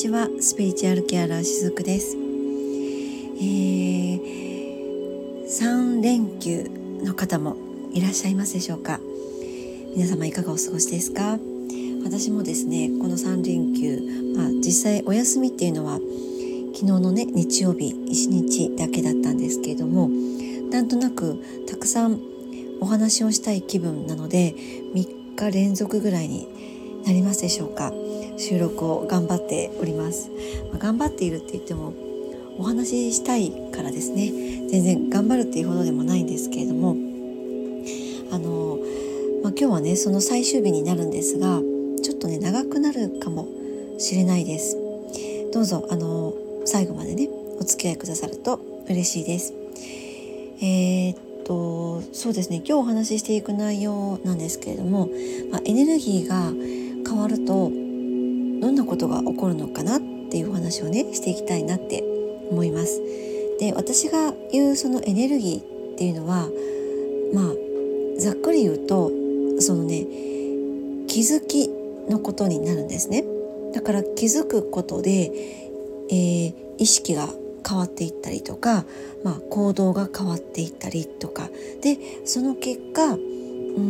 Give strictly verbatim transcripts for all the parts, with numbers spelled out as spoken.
ちは。スピリチュアルケアラーしずくです。えー、さん連休の方もいらっしゃいますでしょうか。皆様いかがお過ごしですか。私もですね、このさん連休、まあ、実際お休みっていうのは昨日のね日曜日いちにちだけだったんですけれども、なんとなくたくさんお話をしたい気分なのでみっか連続ぐらいになりますでしょうか。収録を頑張っております。まあ、頑張っているって言ってもお話ししたいからですね、全然頑張るっていうほどでもないんですけれども、あの、まあ、今日はねその最終日になるんですが、ちょっとね長くなるかもしれないです。どうぞあの最後までねお付き合いくださると嬉しいです。えー、っとそうですね、今日お話ししていく内容なんですけれども、まあ、エネルギーが変わるとどんなことが起こるのかなっていうお話をねしていきたいなって思います。で、私が言うそのエネルギーっていうのは、まあざっくり言うとそのね気づきのことになるんですね。だから気づくことで、えー、意識が変わっていったりとか、まあ、行動が変わっていったりとかで、その結果、うん、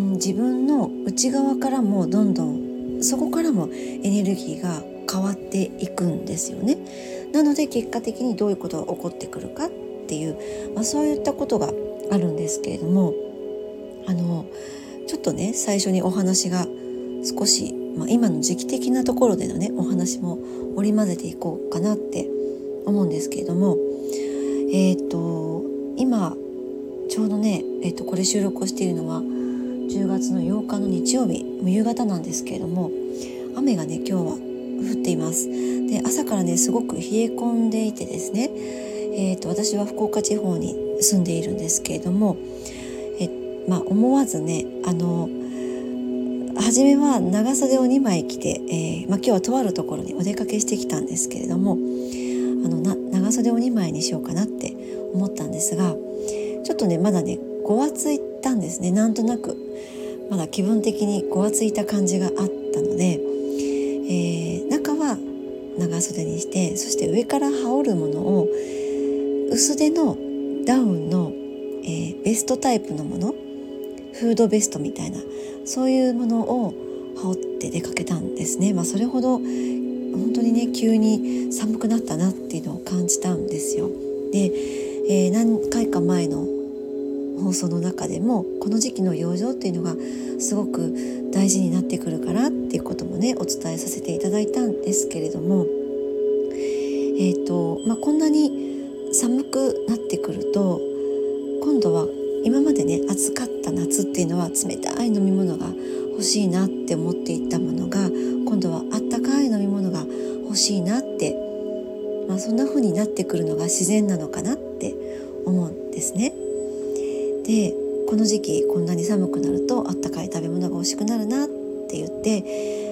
自分の内側からもどんどんそこからもエネルギーが変わっていくんですよね。なので結果的にどういうことが起こってくるかっていう、まあ、そういったことがあるんですけれども、あのちょっとね最初にお話が少し、まあ、今の時期的なところでのねお話も織り交ぜていこうかなって思うんですけれども、えっと今ちょうどね、えっとこれ収録をしているのはじゅうがつのようかの日曜日夕方なんですけれども、雨がね今日は降っています。で、朝からねすごく冷え込んでいてですね、えー、と私は福岡地方に住んでいるんですけれども、え、まあ、思わずねあの初めは長袖をにまい着て、えーまあ、今日はとあるところにお出かけしてきたんですけれども、あのな長袖をにまいにしようかなって思ったんですが、ちょっとねまだねごわついたんですね。なんとなくまだ気分的にごわついた感じがあったので、えー、中は長袖にして、そして上から羽織るものを薄手のダウンの、えー、ベストタイプのもの、フードベストみたいなそういうものを羽織って出かけたんですね。まあ、それほど本当にね急に寒くなったなっていうのを感じたんですよ。で、えー、何回か前の放送の中でもこの時期の養生っていうのがすごく大事になってくるからっていうこともねお伝えさせていただいたんですけれども、えーとまあ、こんなに寒くなってくると今度は今までね暑かった夏っていうのは冷たい飲み物が欲しいなって思っていたものが今度はあったかい飲み物が欲しいなって、まあ、そんな風になってくるのが自然なのかなって思うんですね。で、この時期こんなに寒くなるとあったかい食べ物が欲しくなるなって言って、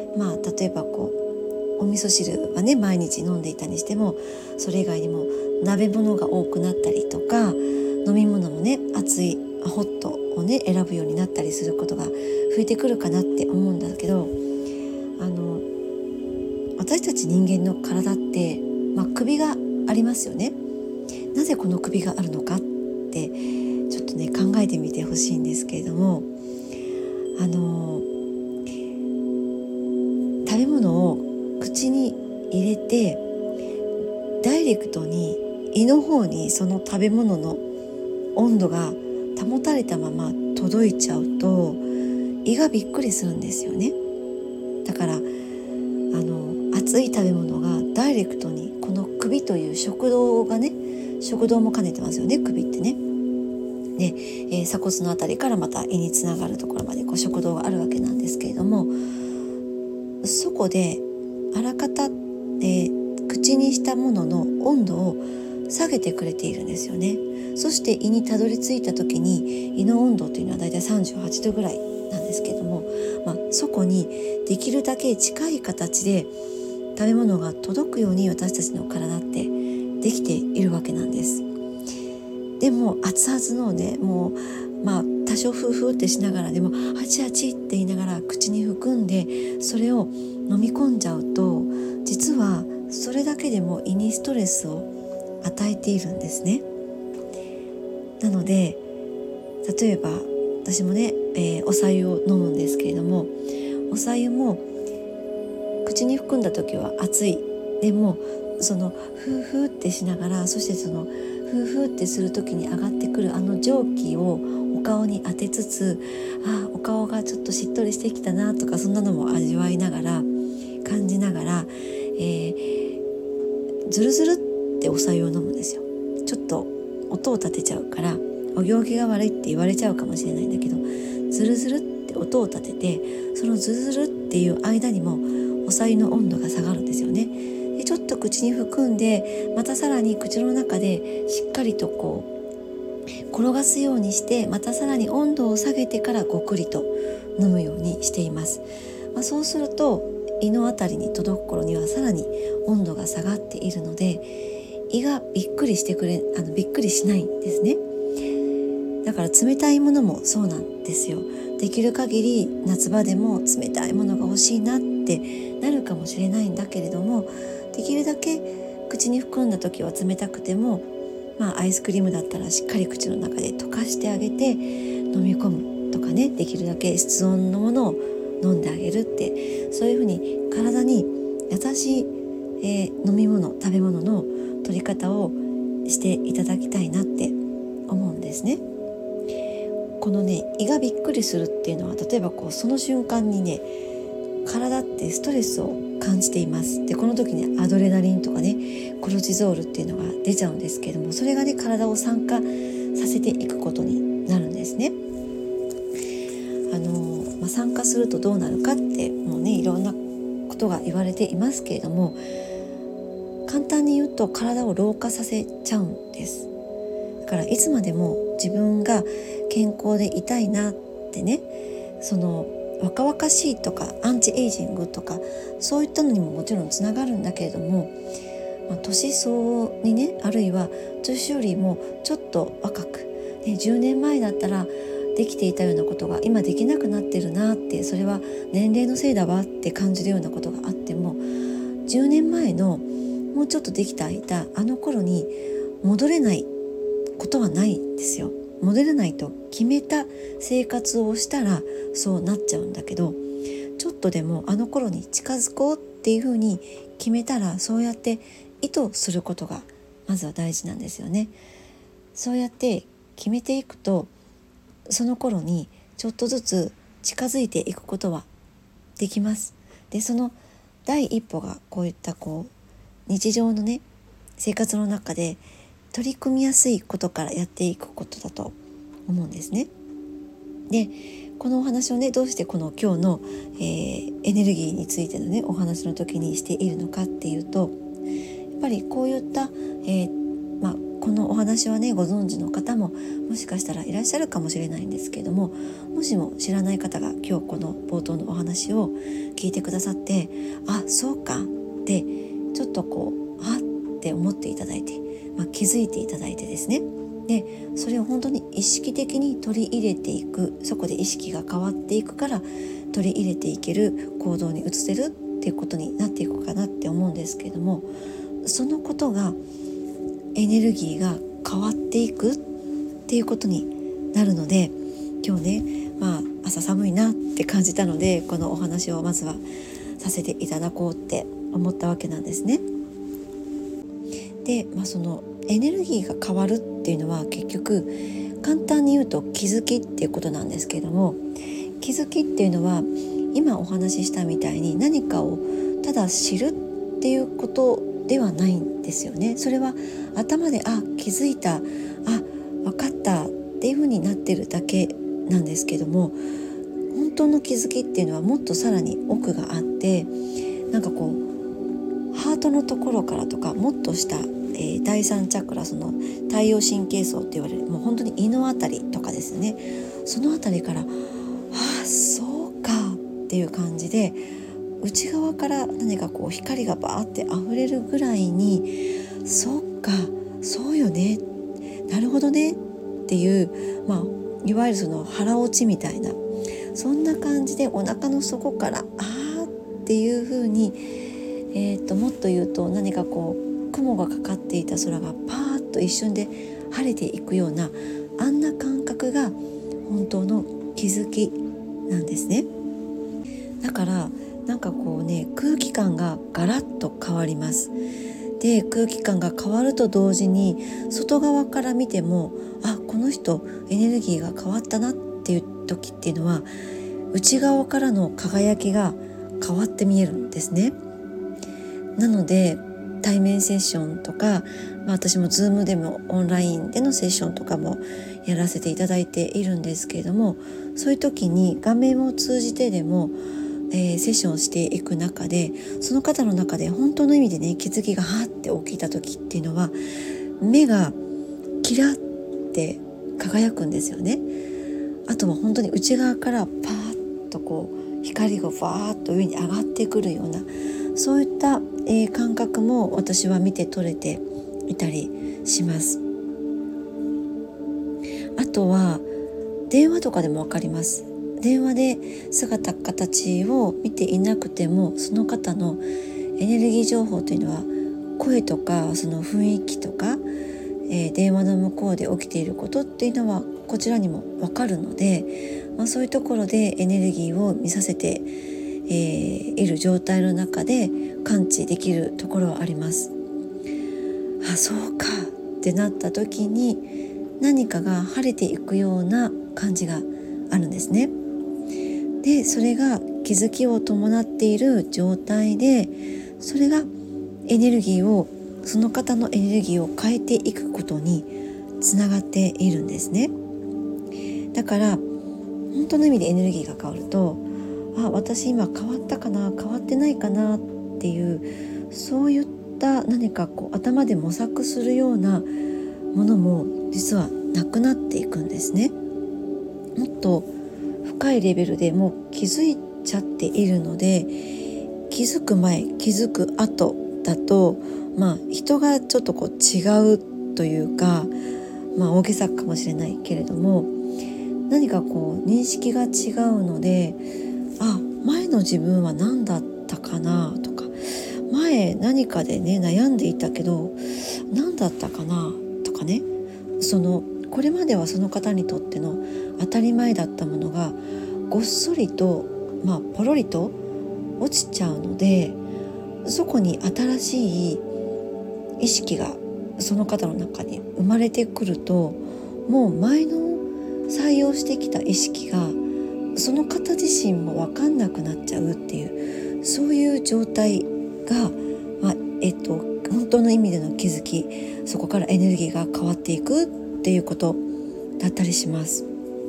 まあ例えばこうお味噌汁はね毎日飲んでいたにしても、それ以外にも鍋物が多くなったりとか、飲み物もね熱いホットをね選ぶようになったりすることが増えてくるかなって思うんだけど、あの私たち人間の体って、まあ、首がありますよね。なぜこの首があるのかってちょっとね考えてみてほしいんですけれども、あの食べ物を口に入れてダイレクトに胃の方にその食べ物の温度が保たれたまま届いちゃうと胃がびっくりするんですよね。だからあの熱い食べ物がダイレクトにこの首という食道がね、食道も兼ねてますよね、首ってね。で、えー、鎖骨のあたりからまた胃につながるところまでこう食道があるわけなんですけれども、そこであらかた、えー、口にしたものの温度を下げてくれているんですよね。そして胃にたどり着いた時に胃の温度というのはだいたいさんじゅうはちどぐらいなんですけれども、まあ、そこにできるだけ近い形で食べ物が届くように私たちの体ってできているわけなんです。でも熱々のねもうまあ多少フーフーってしながらでもハチハチって言いながら口に含んでそれを飲み込んじゃうと、実はそれだけでも胃にストレスを与えているんですね。なので例えば私もね、えー、お白湯を飲むんですけれども、お白湯も口に含んだ時は熱い、でもそのフーフーってしながら、そしてそのフーフーってする時に上がってくるあの蒸気をお顔に当てつつ、あお顔がちょっとしっとりしてきたなとか、そんなのも味わいながら感じながら、えー、ずるずるってお白湯を飲むんですよ。ちょっと音を立てちゃうからお行儀が悪いって言われちゃうかもしれないんだけど、ずるずるって音を立てて、そのずるずるっていう間にもお白湯の温度が下がるんですよね。でちょっと口に含んで、またさらに口の中でしっかりとこう転がすようにして、またさらに温度を下げてからごくりと飲むようにしています。まあ、そうすると胃のあたりに届く頃にはさらに温度が下がっているので、胃がびっくりしてくれあのびっくりしないんですね。だから冷たいものもそうなんですよ。できる限り夏場でも冷たいものが欲しいなってなるかもしれないんだけれども、できるだけ口に含んだ時は冷たくても、まあ、アイスクリームだったらしっかり口の中で溶かしてあげて飲み込むとかね、できるだけ室温のものを飲んであげるって、そういうふうに体に優しい、えー、飲み物食べ物の取り方をしていただきたいなって思うんですね。このね胃がびっくりするっていうのは、例えばこうその瞬間にね体ってストレスを感じています。でこの時にアドレナリンとかねコルチゾールっていうのが出ちゃうんですけれども、それがね体を酸化させていくことになるんですね。あの、まあ、酸化するとどうなるかってもうねいろんなことが言われていますけれども、簡単に言うと体を老化させちゃうんです。だからいつまでも自分が健康でいたいなってね、その若々しいとかアンチエイジングとかそういったのにももちろんつながるんだけれども、まあ、年相応にね、あるいは年よりもちょっと若く、ね、じゅうねんまえだったらできていたようなことが今できなくなってるなって、それは年齢のせいだわって感じるようなことがあっても、じゅうねんまえのもうちょっとできていたあの頃に戻れないことはないんですよ。戻れないと決めた生活をしたらそうなっちゃうんだけど、ちょっとでもあの頃に近づこうっていうふうに決めたら、そうやって意図することがまずは大事なんですよね。そうやって決めていくと、その頃にちょっとずつ近づいていくことはできます。でその第一歩がこういったこう日常のね生活の中で取り組みやすいことからやっていくことだと思うんですね。でこのお話をねどうしてこの今日の、えー、エネルギーについてのねお話の時にしているのかっていうと、やっぱりこういった、えーまあ、このお話はねご存知の方ももしかしたらいらっしゃるかもしれないんですけれども、もしも知らない方が今日この冒頭のお話を聞いてくださって、あそうかってちょっとこうあって思っていただいて、まあ、気づいていただいてですね、でそれを本当に意識的に取り入れていく、そこで意識が変わっていくから取り入れていける行動に移せるっていうことになっていくかなって思うんですけれども、そのことがエネルギーが変わっていくっていうことになるので、今日ね、まあ、朝寒いなって感じたのでこのお話をまずはさせていただこうって思ったわけなんですね。で、まあ、そのエネルギーが変わるっていうのは結局簡単に言うと気づきっていうことなんですけれども、気づきっていうのは今お話ししたみたいに何かをただ知るっていうことではないんですよね。それは頭であ気づいた、あ分かったっていうふうになってるだけなんですけども、本当の気づきっていうのはもっとさらに奥があって、なんかこうハートのところからとかもっとした、えー、だいさんチャクラ、その太陽神経層って言われるもう本当に胃のあたりとかですね、そのあたりからあそうかっていう感じで内側から何かこう光がバーって溢れるぐらいに、そっかそうよねなるほどねっていう、まあ、いわゆるその腹落ちみたいな、そんな感じでお腹の底からあーっていう風に、 えー、ともっと言うと何かこう雲がかかっていた空がパーッと一瞬で晴れていくようなあんな感覚が本当の気づきなんですね。だからなんかこうね空気感がガラッと変わります。で空気感が変わると同時に外側から見てもあこの人エネルギーが変わったなっていう時っていうのは内側からの輝きが変わって見えるんですね。なので対面セッションとか、まあ、私も Zoom でもオンラインでのセッションとかもやらせていただいているんですけれども、そういう時に画面を通じてでも、えー、セッションをしていく中でその方の中で本当の意味でね気づきがはって起きた時っていうのは目がキラッて輝くんですよね。あとは本当に内側からパーッとこう光がわーっと上に上がってくるようなそういった、えー、感覚も私は見て取れていたりします。あとは電話とかでもわかります。電話で姿形を見ていなくてもその方のエネルギー情報というのは声とかその雰囲気とか、えー、電話の向こうで起きていることっていうのはこちらにもわかるので、まあ、そういうところでエネルギーを見させてえー、いる状態の中で感知できるところはあります。あ、そうかってなった時に何かが晴れていくような感じがあるんですね。で、それが気づきを伴っている状態で、それがエネルギーをその方のエネルギーを変えていくことにつながっているんですね。だから本当の意味でエネルギーが変わるとあ、私今変わったかな変わってないかなっていうそういった何かこう頭で模索するようなものも実はなくなっていくんですね。もっと深いレベルでもう気づいちゃっているので、気づく前気づく後だとまあ人がちょっとこう違うというか、まあ大げさかもしれないけれども何かこう認識が違うので、あ、前の自分は何だったかなとか、前何かでね悩んでいたけど何だったかなとかね、そのこれまではその方にとっての当たり前だったものがごっそりと、まあ、ポロリと落ちちゃうので、そこに新しい意識がその方の中に生まれてくると、もう前の採用してきた意識がその方自身も分かんなくなっちゃうっていう、そういう状態が、まあえっと、本当の意味での気づき、そこからエネルギーが変わっていくっていうことだったりします。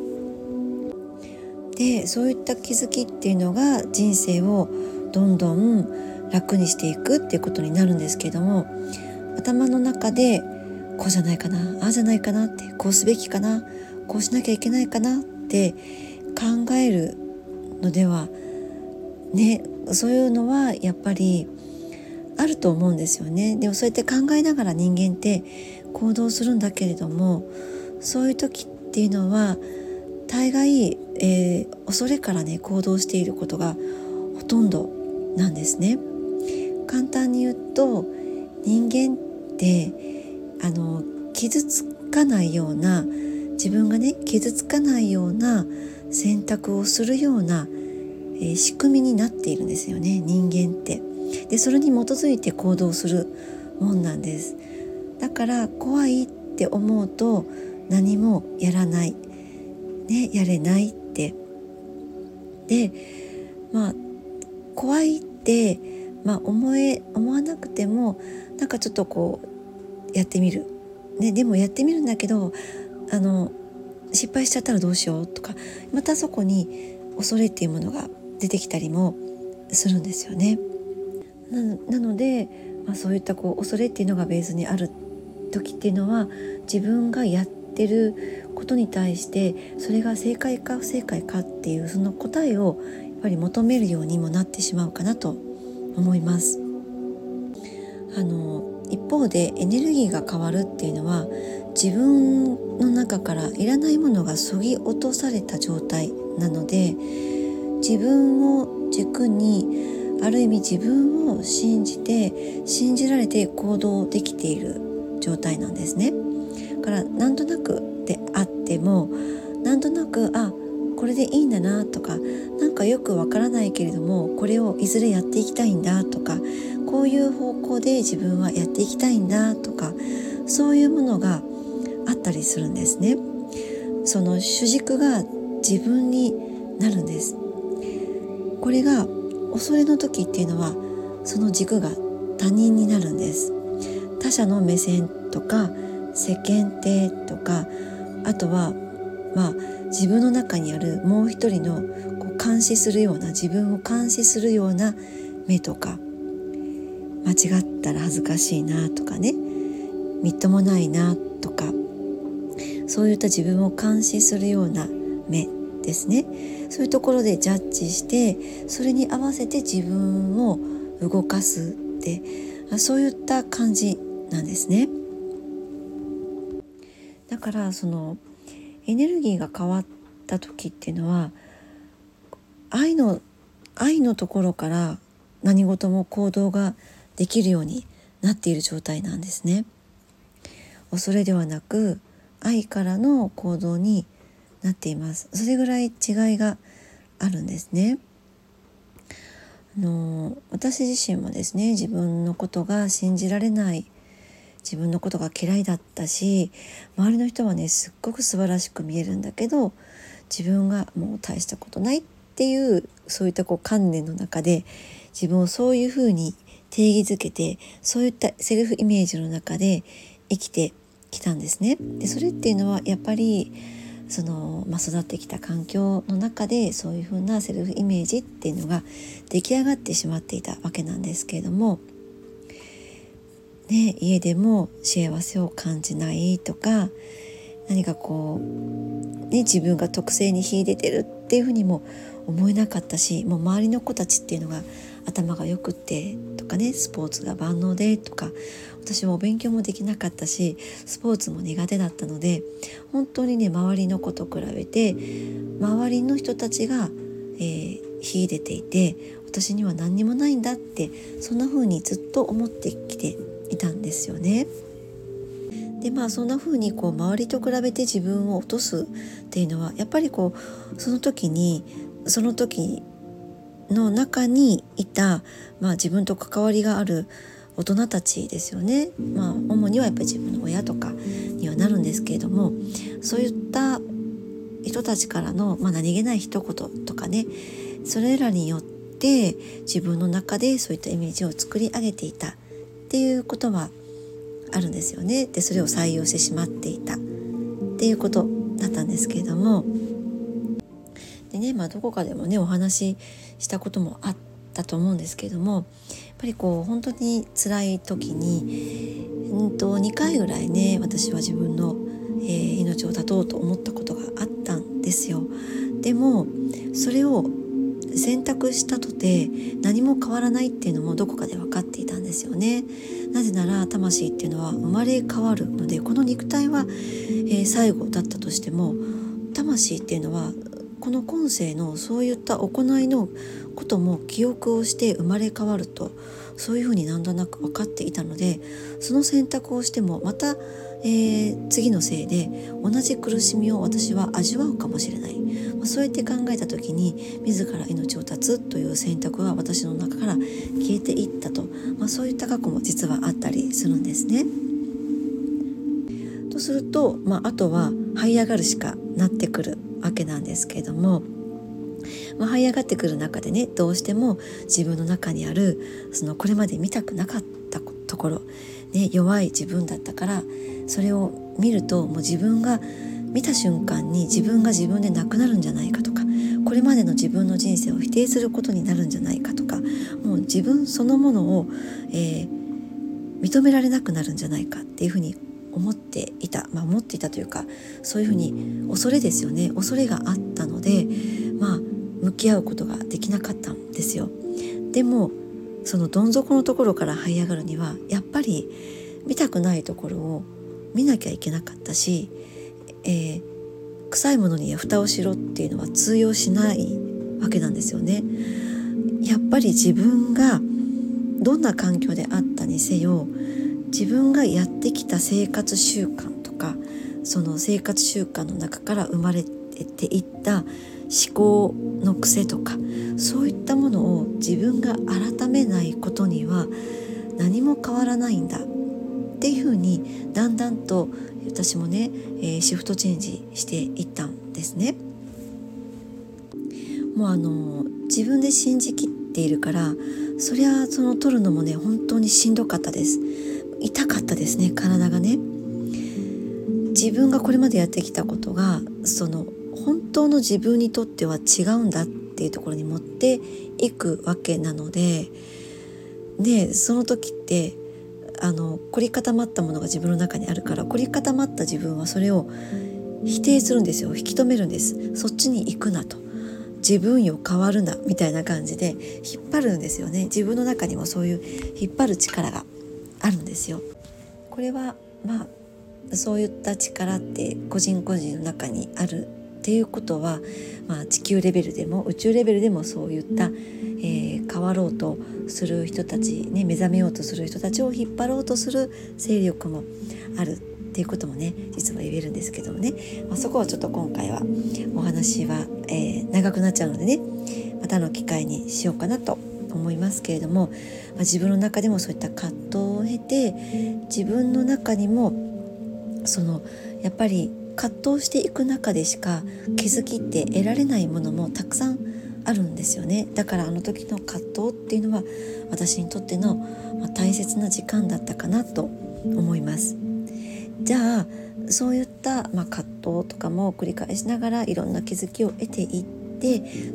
で、そういった気づきっていうのが人生をどんどん楽にしていくっていうことになるんですけども、頭の中でこうじゃないかな、ああじゃないかなって、こうすべきかな、こうしなきゃいけないかなって考えるのではね、そういうのはやっぱりあると思うんですよね。でもそうやって考えながら人間って行動するんだけれども、そういう時っていうのは大概、えー、恐れからね行動していることがほとんどなんですね。簡単に言うと、人間ってあの傷つかないような、自分がね傷つかないような選択をするような、えー、仕組みになっているんですよね、人間って。で、それに基づいて行動するもんなんです。だから怖いって思うと何もやらない、ね、やれないって。で、まあ怖いって、まあ、思え思わなくてもなんかちょっとこうやってみる、ね、でもやってみるんだけどあの失敗しちゃったらどうしようとか、またそこに恐れっていうものが出てきたりもするんですよね。な, なので、まあ、そういったこう恐れっていうのがベースにある時っていうのは、自分がやってることに対してそれが正解か不正解かっていうその答えをやっぱり求めるようにもなってしまうかなと思います。あの一方でエネルギーが変わるっていうのは、自分の中からいらないものが削ぎ落とされた状態なので、自分を軸にある意味自分を信じて信じられて行動できている状態なんですね。だからなんとなくであってもなんとなくあこれでいいんだなとか、なんかよくわからないけれどもこれをいずれやっていきたいんだとか、こういう方向で自分はやっていきたいんだとか、そういうものがあったりするんですね。その主軸が自分になるんです。これが恐れの時っていうのはその軸が他人になるんです。他者の目線とか世間体とか、あとはまあ自分の中にあるもう一人のこう監視するような、自分を監視するような目とか、間違ったら恥ずかしいなとかね、みっともないなとか、そういった自分を監視するような目ですね。そういうところでジャッジして、それに合わせて自分を動かすって、そういった感じなんですね。だからそのエネルギーが変わった時っていうのは、愛の愛のところから何事も行動ができるようになっている状態なんですね。恐れではなく愛からの行動になっています。それぐらい違いがあるんですね。あの私自身もですね、自分のことが信じられない、自分のことが嫌いだったし、周りの人はねすっごく素晴らしく見えるんだけど、自分がもう大したことないっていう、そういったこう観念の中で自分をそういうふうに定義づけて、そういったセルフイメージの中で生きてきたんですね。でそれっていうのはやっぱりその、まあ、育ってきた環境の中でそういうふうなセルフイメージっていうのが出来上がってしまっていたわけなんですけれども、ね、家でも幸せを感じないとか、何かこう、ね、自分が特性に秀でてるっていうふうにも思えなかったし、もう周りの子たちっていうのが頭がよくってとかね、スポーツが万能でとか、私もお勉強もできなかったしスポーツも苦手だったので、本当にね周りの子と比べて周りの人たちが、えー、秀でていて、私には何にもないんだって、そんな風にずっと思ってきていたんですよね。でまあそんな風にこう周りと比べて自分を落とすっていうのは、やっぱりこうその時にその時の中にいた、まあ、自分と関わりがある大人たちですよね。まあ主にはやっぱり自分の親とかにはなるんですけれども、そういった人たちからの、まあ、何気ない一言とかね、それらによって自分の中でそういったイメージを作り上げていたっていうことはあるんですよね。でそれを採用してしまっていたっていうことだったんですけれども、でね、まあどこかでもねお話ししたこともあったと思うんですけれども、やっぱりこう本当に辛い時に、うんとにかいぐらいね私は自分の、えー、命を絶とうと思ったことがあったんですよ。でもそれを選択したとて何も変わらないっていうのもどこかで分かっていたんですよね。なぜなら魂っていうのは生まれ変わるので、この肉体は、えー、最後だったとしても、魂っていうのはこの今世のそういった行いのことも記憶をして生まれ変わると、そういうふうになんとなく分かっていたので、その選択をしてもまた、えー、次のせいで同じ苦しみを私は味わうかもしれない、まあ、そうやって考えた時に自ら命を絶つという選択は私の中から消えていったと、まあ、そういった過去も実はあったりするんですね。とすると、まあ、あとは這い上がるしかなってくるわけなんですけれども、まあ、這い上がってくる中でね、どうしても自分の中にあるそのこれまで見たくなかったところ、ね、弱い自分だったから、それを見るともう自分が見た瞬間に自分が自分でなくなるんじゃないかとか、これまでの自分の人生を否定することになるんじゃないかとか、もう自分そのものを、えー、認められなくなるんじゃないかっていうふうに思っていた、まあ、思っていたというか、そういうふうに恐れですよね、恐れがあったので、まあ向き合うことができなかったんですよ。でもそのどん底のところから這い上がるにはやっぱり見たくないところを見なきゃいけなかったし、えー、臭いものには蓋をしろっていうのは通用しないわけなんですよね。 やっぱり自分がどんな環境であったにせよ、自分がやってきた生活習慣とか、その生活習慣の中から生まれていった思考の癖とか、そういったものを自分が改めないことには何も変わらないんだっていうふうに、だんだんと私もね、えー、シフトチェンジしていったんですね。もうあの自分で信じきっているから、そりゃその取るのもね本当にしんどかったです。痛かったですね、体がね。自分がこれまでやってきたことがその本当の自分にとっては違うんだっていうところに持っていくわけなので、でその時ってあの凝り固まったものが自分の中にあるから、凝り固まった自分はそれを否定するんですよ。引き止めるんです。そっちに行くなと、自分よ変わるなみたいな感じで引っ張るんですよね。自分の中にもそういう引っ張る力があるんですよ。これはまあそういった力って個人個人の中にあるっていうことは、まあ、地球レベルでも宇宙レベルでもそういった、えー、変わろうとする人たち、ね、目覚めようとする人たちを引っ張ろうとする勢力もあるっていうこともね、実は言えるんですけどもね、まあ、そこはちょっと今回はお話は、えー、長くなっちゃうのでね、またの機会にしようかなと思いますけれども、まあ、自分の中でもそういった葛藤を経て、自分の中にもそのやっぱり葛藤していく中でしか気づきって得られないものもたくさんあるんですよね。だからあの時の葛藤っていうのは私にとっての、まあ、大切な時間だったかなと思います。じゃあそういった、まあ、葛藤とかも繰り返しながらいろんな気づきを得ていって、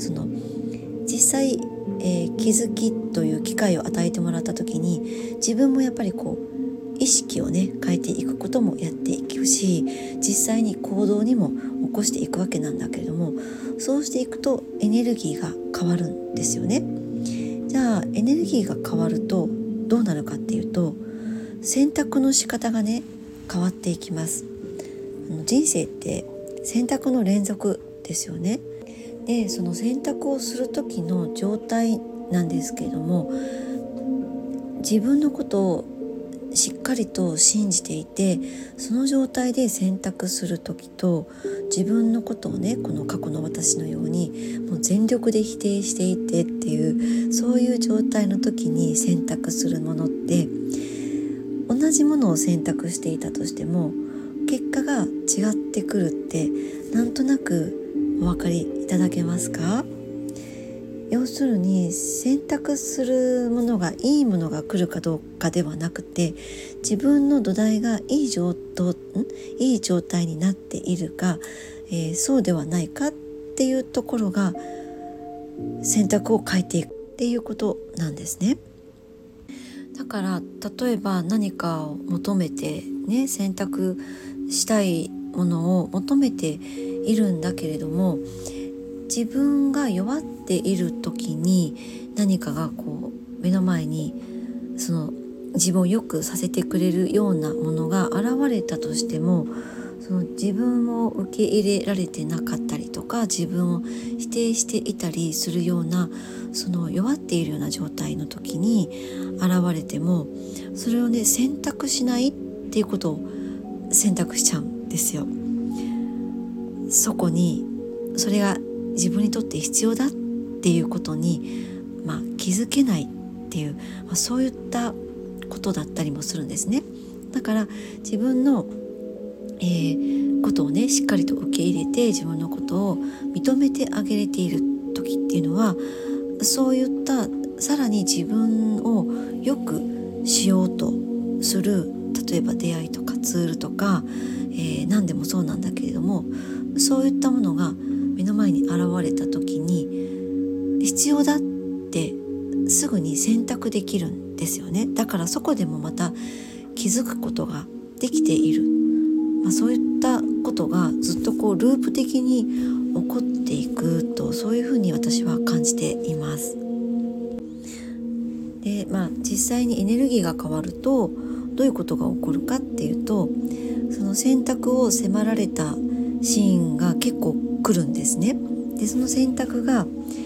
その実際、えー、気づきという機会を与えてもらった時に、自分もやっぱりこう意識をね変えていくこともやっていくし、実際に行動にも起こしていくわけなんだけれども、そうしていくとエネルギーが変わるんですよね。じゃあエネルギーが変わるとどうなるかっていうと、選択の仕方がね変わっていきます。あの人生って選択の連続ですよね。でその選択をする時の状態なんですけれども、自分のことをしっかりと信じていて、その状態で選択する時と、自分のことをねこの過去の私のようにもう全力で否定していてっていう、そういう状態の時に選択するものって、同じものを選択していたとしても結果が違ってくるって、なんとなくお分かりいただけますか？要するに選択するものがいいものが来るかどうかではなくて、自分の土台がいい状態、いい状態になっているか、えー、そうではないかっていうところが選択を変えていくっていうことなんですね。だから例えば何かを求めてね、選択したいものを求めているんだけれども、自分が弱っている時に何かがこう目の前にその自分を良くさせてくれるようなものが現れたとしても、その自分を受け入れられてなかったりとか、自分を否定していたりするような、その弱っているような状態の時に現れても、それをね選択しないっていうことを選択しちゃうんですよ。そこにそれが自分にとって必要だっていうことに、まあ、気づけないっていう、まあ、そういったことだったりもするんですね。だから自分の、えー、ことをねしっかりと受け入れて、自分のことを認めてあげれている時っていうのは、そういったさらに自分を良くしようとする、例えば出会いとかツールとか、えー、何でもそうなんだけれども、そういったものが目の前に現れた時に必要だってすぐに選択できるんですよね。だからそこでもまた気づくことができている、まあ、そういったことがずっとこうループ的に起こっていくと、そういうふうに私は感じています。で、まあ、実際にエネルギーが変わるとどういうことが起こるかっていうと、その選択を迫られたシーンが結構来るんですね。でその選択が結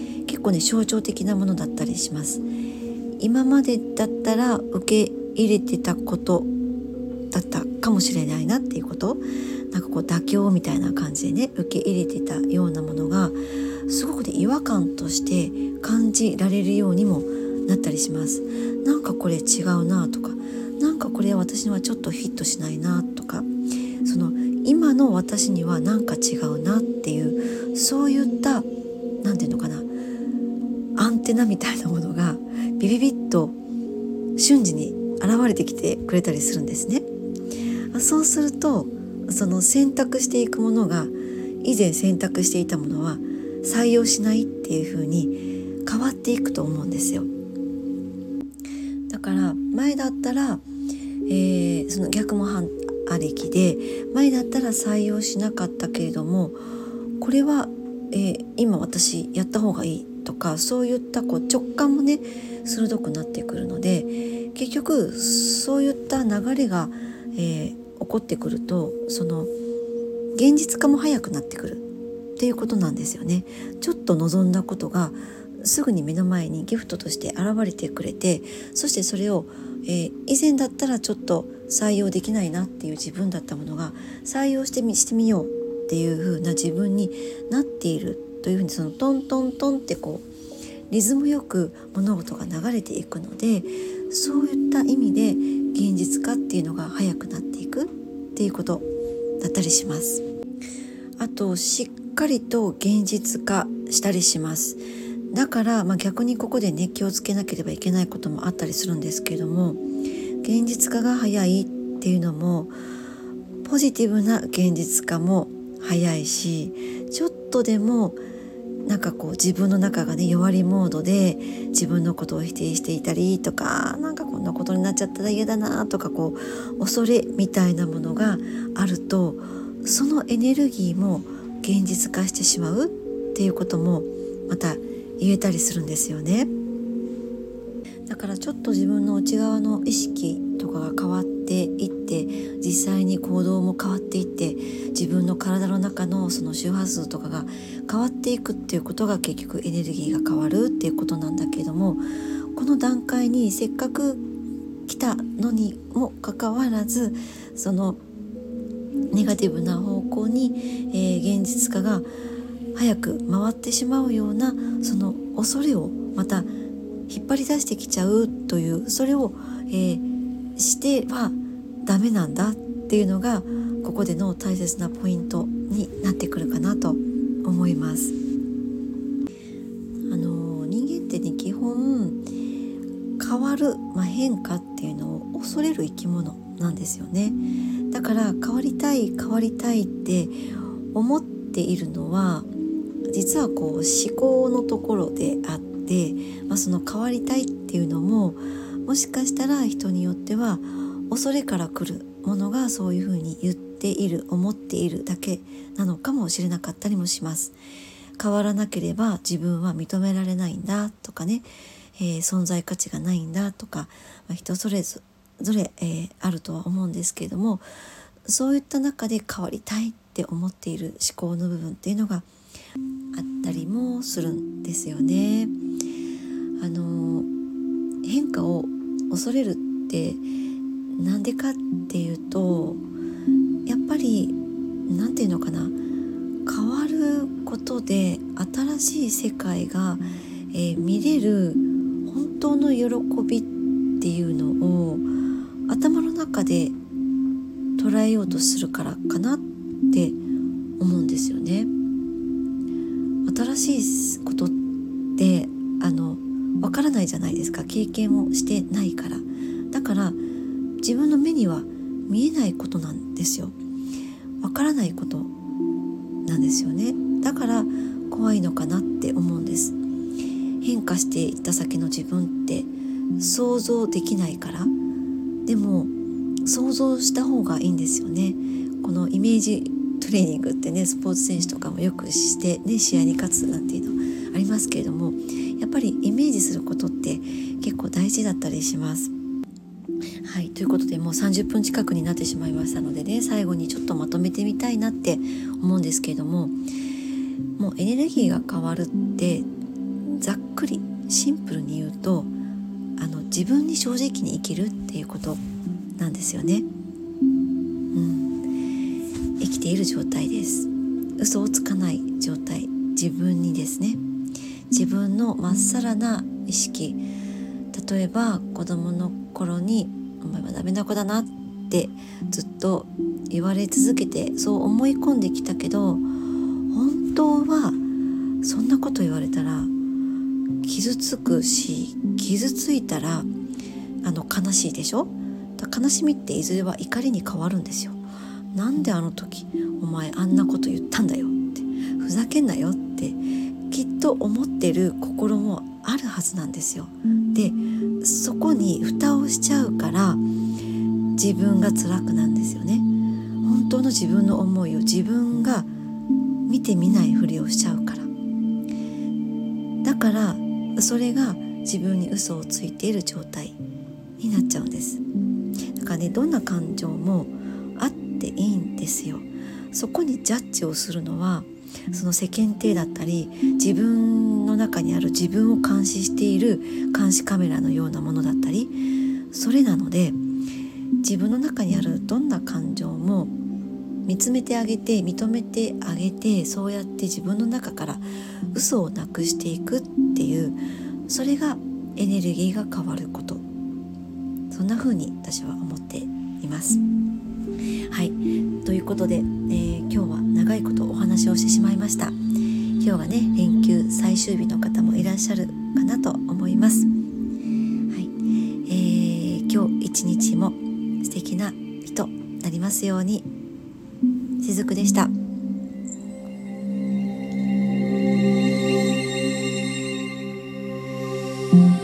構ね象徴的なものだったりします。今までだったら受け入れてたことだったかもしれないなっていうこと、なんかこう妥協みたいな感じでね受け入れてたようなものがすごくね違和感として感じられるようにもなったりします。なんかこれ違うなとか、なんかこれは私にはちょっとフィットしないなとか、その今の私にはなんか違うなっていう、そういったなんていうのかな、アンテナみたいなものがビビビッと瞬時に現れてきてくれたりするんですね。そうするとその選択していくものが以前選択していたものは採用しないっていう風に変わっていくと思うんですよ。だから前だったら、えー、その逆も反ありきで、前だったら採用しなかったけれどもこれは、えー、今私やった方がいいとか、そういったこう直感もね鋭くなってくるので、結局そういった流れが、えー、起こってくるとその現実化も早くなってくるっていうことなんですよね。ちょっと望んだことがすぐに目の前にギフトとして現れてくれて、そしてそれを、えー、以前だったらちょっと採用できないなっていう自分だったものが採用してみ、してみようっていう風な自分になっているというふうに、そのトントントンってこうリズムよく物事が流れていくので、そういった意味で現実化っていうのが早くなっていくっていうことだったりします。あとしっかりと現実化したりします。だから、まあ、逆にここでね気をつけなければいけないこともあったりするんですけれども、現実化が早いっていうのもポジティブな現実化も早いし、ちょっとでもなんかこう自分の中がね弱りモードで自分のことを否定していたりとか、なんかこんなことになっちゃったら嫌だなとか、こう恐れみたいなものがあると、そのエネルギーも現実化してしまうっていうこともまた言えたりするんですよね。だからちょっと自分の内側の意識とかが変わっていって、実際に行動も変わっていって、自分の体の中のその周波数とかが変わっていくっていうことが結局エネルギーが変わるっていうことなんだけれども、この段階にせっかく来たのにもかかわらず、そのネガティブな方向に、えー、現実化が早く回ってしまうようなその恐れをまた引っ張り出してきちゃうという、それを、えー、してはダメなんだっていうのがここでの大切なポイントになってくるかなと思います。あの人間ってね基本変わる、まあ、変化っていうのを恐れる生き物なんですよね。だから変わりたい変わりたいって思っているのは実はこう思考のところであって、まあ、その変わりたいっていうのももしかしたら人によっては恐れから来るものがそういうふうに言っている思っているだけなのかもしれなかったりもします。変わらなければ自分は認められないんだとかね、えー、存在価値がないんだとか、まあ、人それぞれ、えー、あるとは思うんですけれども、そういった中で変わりたいって思っている思考の部分っていうのがあったりもするんですよね。あの変化を恐れるってなんでかっていうと、やっぱりなんていうのかな、変わることで新しい世界が、えー、見れる本当の喜びっていうのを頭の中で捉えようとするからかなって思うんですよね。新しいことってあのわからないじゃないですか、経験をしてないから。だから自分の目には見えないことなんですよ。わからないことなんですよね。だから怖いのかなって思うんです。変化していった先の自分って想像できないから。でも想像した方がいいんですよね。このイメージトレーニングってね、スポーツ選手とかもよくしてね、試合に勝つなんていうのありますけれども、やっぱりイメージすることって結構大事だったりします。はい、ということでもうさんじゅっぷん近くになってしまいましたのでね、最後にちょっとまとめてみたいなって思うんですけれども、もうエネルギーが変わるってざっくりシンプルに言うと、あの自分に正直に生きるっていうことなんですよね。うん、生きている状態です。嘘をつかない状態、自分にですね。自分のまっさらな意識、例えば子供の頃にお前はダメな子だなってずっと言われ続けて、そう思い込んできたけど、本当はそんなこと言われたら傷つくし、傷ついたらあの悲しいでしょ。だ悲しみっていずれは怒りに変わるんですよ。なんであの時お前あんなこと言ったんだよって、ふざけんなよってきっと思ってる心もあるはずなんですよ。でそこに蓋をしちゃうから自分が辛くなんですよね。本当の自分の思いを自分が見てみないふりをしちゃうから。だからそれが自分に嘘をついている状態になっちゃうんです。だからね、どんな感情もあっていいんですよ。そこにジャッジをするのはその世間体だったり、自分の中にある自分を監視している監視カメラのようなものだったり、それなので自分の中にあるどんな感情も見つめてあげて、認めてあげて、そうやって自分の中から嘘をなくしていくっていう、それがエネルギーが変わること、そんな風に私は思っています。はい、ということで、えー、今日は長いことお話をしてしまいました。今日はね、連休最終日の方もいらっしゃるかなと思います。はい、えー、今日一日も素敵な日となりますように。しずくでした。うん。